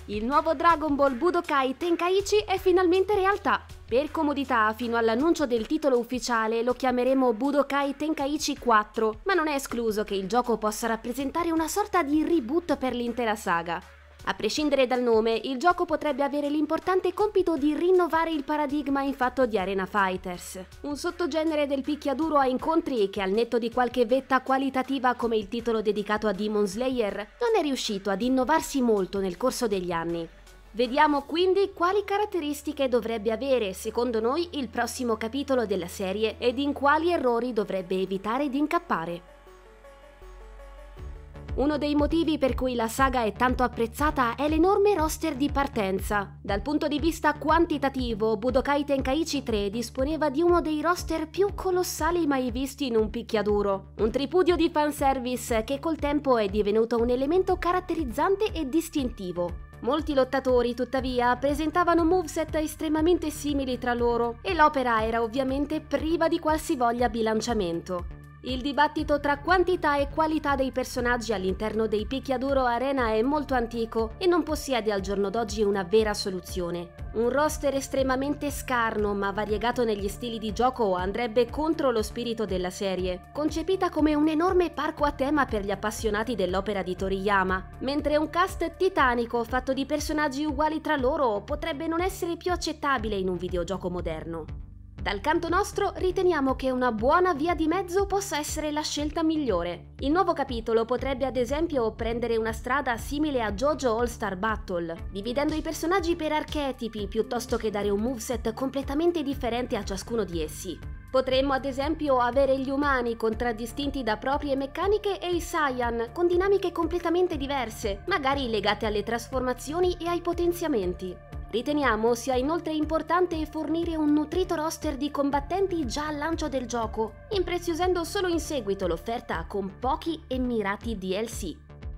Il nuovo Dragon Ball Budokai Tenkaichi è finalmente realtà. Per comodità, fino all'annuncio del titolo ufficiale lo chiameremo Budokai Tenkaichi 4, ma non è escluso che il gioco possa rappresentare una sorta di reboot per l'intera saga. A prescindere dal nome, il gioco potrebbe avere l'importante compito di rinnovare il paradigma in fatto di Arena Fighters, un sottogenere del picchiaduro a incontri che, al netto di qualche vetta qualitativa come il titolo dedicato a Demon Slayer, non è riuscito ad innovarsi molto nel corso degli anni. Vediamo quindi quali caratteristiche dovrebbe avere, secondo noi, il prossimo capitolo della serie ed in quali errori dovrebbe evitare di incappare. Uno dei motivi per cui la saga è tanto apprezzata è l'enorme roster di partenza. Dal punto di vista quantitativo, Budokai Tenkaichi 3 disponeva di uno dei roster più colossali mai visti in un picchiaduro. Un tripudio di fanservice che col tempo è divenuto un elemento caratterizzante e distintivo. Molti lottatori, tuttavia, presentavano moveset estremamente simili tra loro e l'opera era ovviamente priva di qualsivoglia bilanciamento. Il dibattito tra quantità e qualità dei personaggi all'interno dei picchiaduro arena è molto antico e non possiede al giorno d'oggi una vera soluzione. Un roster estremamente scarno ma variegato negli stili di gioco andrebbe contro lo spirito della serie, concepita come un enorme parco a tema per gli appassionati dell'opera di Toriyama, mentre un cast titanico fatto di personaggi uguali tra loro potrebbe non essere più accettabile in un videogioco moderno. Dal canto nostro riteniamo che una buona via di mezzo possa essere la scelta migliore. Il nuovo capitolo potrebbe ad esempio prendere una strada simile a JoJo All-Star Battle, dividendo i personaggi per archetipi piuttosto che dare un moveset completamente differente a ciascuno di essi. Potremmo ad esempio avere gli umani contraddistinti da proprie meccaniche e i Saiyan con dinamiche completamente diverse, magari legate alle trasformazioni e ai potenziamenti. Riteniamo sia inoltre importante fornire un nutrito roster di combattenti già al lancio del gioco, impreziosendo solo in seguito l'offerta con pochi e mirati DLC.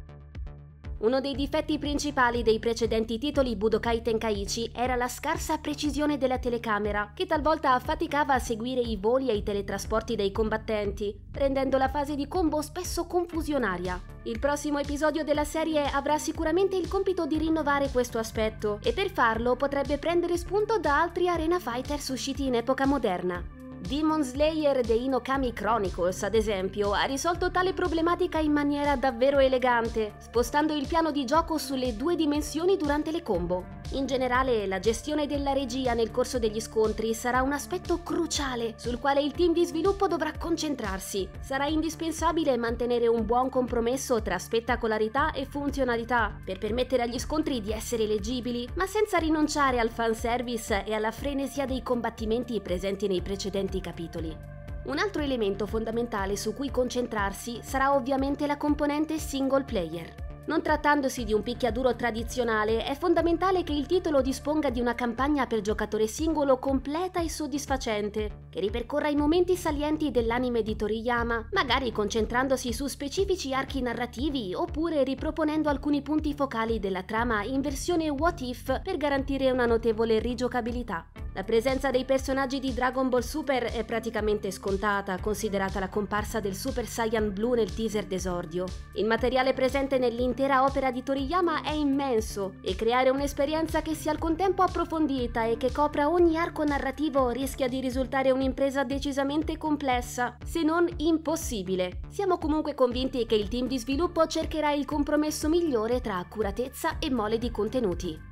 Uno dei difetti principali dei precedenti titoli Budokai Tenkaichi era la scarsa precisione della telecamera, che talvolta affaticava a seguire i voli e i teletrasporti dei combattenti, rendendo la fase di combo spesso confusionaria. Il prossimo episodio della serie avrà sicuramente il compito di rinnovare questo aspetto, e per farlo potrebbe prendere spunto da altri Arena Fighters usciti in epoca moderna. Demon Slayer The Inokami Chronicles, ad esempio, ha risolto tale problematica in maniera davvero elegante, spostando il piano di gioco sulle due dimensioni durante le combo. In generale, la gestione della regia nel corso degli scontri sarà un aspetto cruciale sul quale il team di sviluppo dovrà concentrarsi. Sarà indispensabile mantenere un buon compromesso tra spettacolarità e funzionalità per permettere agli scontri di essere leggibili, ma senza rinunciare al fanservice e alla frenesia dei combattimenti presenti nei precedenti capitoli. Un altro elemento fondamentale su cui concentrarsi sarà ovviamente la componente single player. Non trattandosi di un picchiaduro tradizionale, è fondamentale che il titolo disponga di una campagna per giocatore singolo completa e soddisfacente, che ripercorra i momenti salienti dell'anime di Toriyama, magari concentrandosi su specifici archi narrativi oppure riproponendo alcuni punti focali della trama in versione What If per garantire una notevole rigiocabilità. La presenza dei personaggi di Dragon Ball Super è praticamente scontata, considerata la comparsa del Super Saiyan Blue nel teaser d'esordio. Il materiale presente nell'intera opera di Toriyama è immenso e creare un'esperienza che sia al contempo approfondita e che copra ogni arco narrativo rischia di risultare un'impresa decisamente complessa, se non impossibile. Siamo comunque convinti che il team di sviluppo cercherà il compromesso migliore tra accuratezza e mole di contenuti.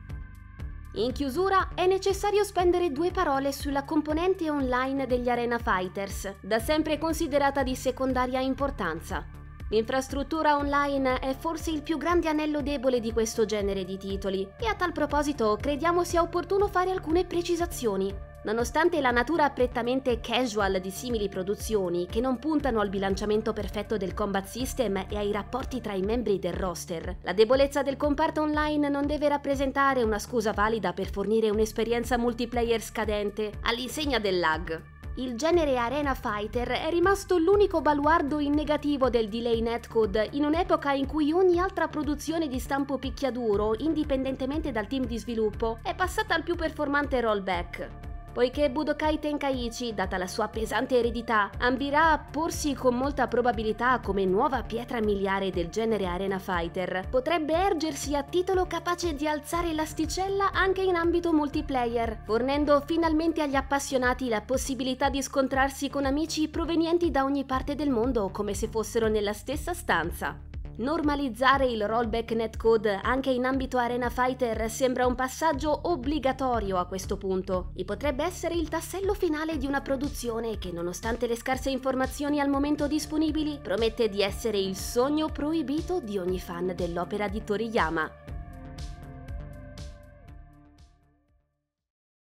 In chiusura è necessario spendere due parole sulla componente online degli Arena Fighters, da sempre considerata di secondaria importanza. L'infrastruttura online è forse il più grande anello debole di questo genere di titoli e a tal proposito crediamo sia opportuno fare alcune precisazioni. Nonostante la natura prettamente casual di simili produzioni, che non puntano al bilanciamento perfetto del combat system e ai rapporti tra i membri del roster, la debolezza del comparto online non deve rappresentare una scusa valida per fornire un'esperienza multiplayer scadente, all'insegna del lag. Il genere Arena Fighter è rimasto l'unico baluardo in negativo del delay netcode in un'epoca in cui ogni altra produzione di stampo picchiaduro, indipendentemente dal team di sviluppo, è passata al più performante rollback. poiché Budokai Tenkaichi, data la sua pesante eredità, ambirà a porsi con molta probabilità come nuova pietra miliare del genere Arena Fighter. Potrebbe ergersi a titolo capace di alzare l'asticella anche in ambito multiplayer, fornendo finalmente agli appassionati la possibilità di scontrarsi con amici provenienti da ogni parte del mondo come se fossero nella stessa stanza. Normalizzare il rollback netcode anche in ambito Arena Fighter sembra un passaggio obbligatorio a questo punto e potrebbe essere il tassello finale di una produzione che, nonostante le scarse informazioni al momento disponibili, promette di essere il sogno proibito di ogni fan dell'opera di Toriyama.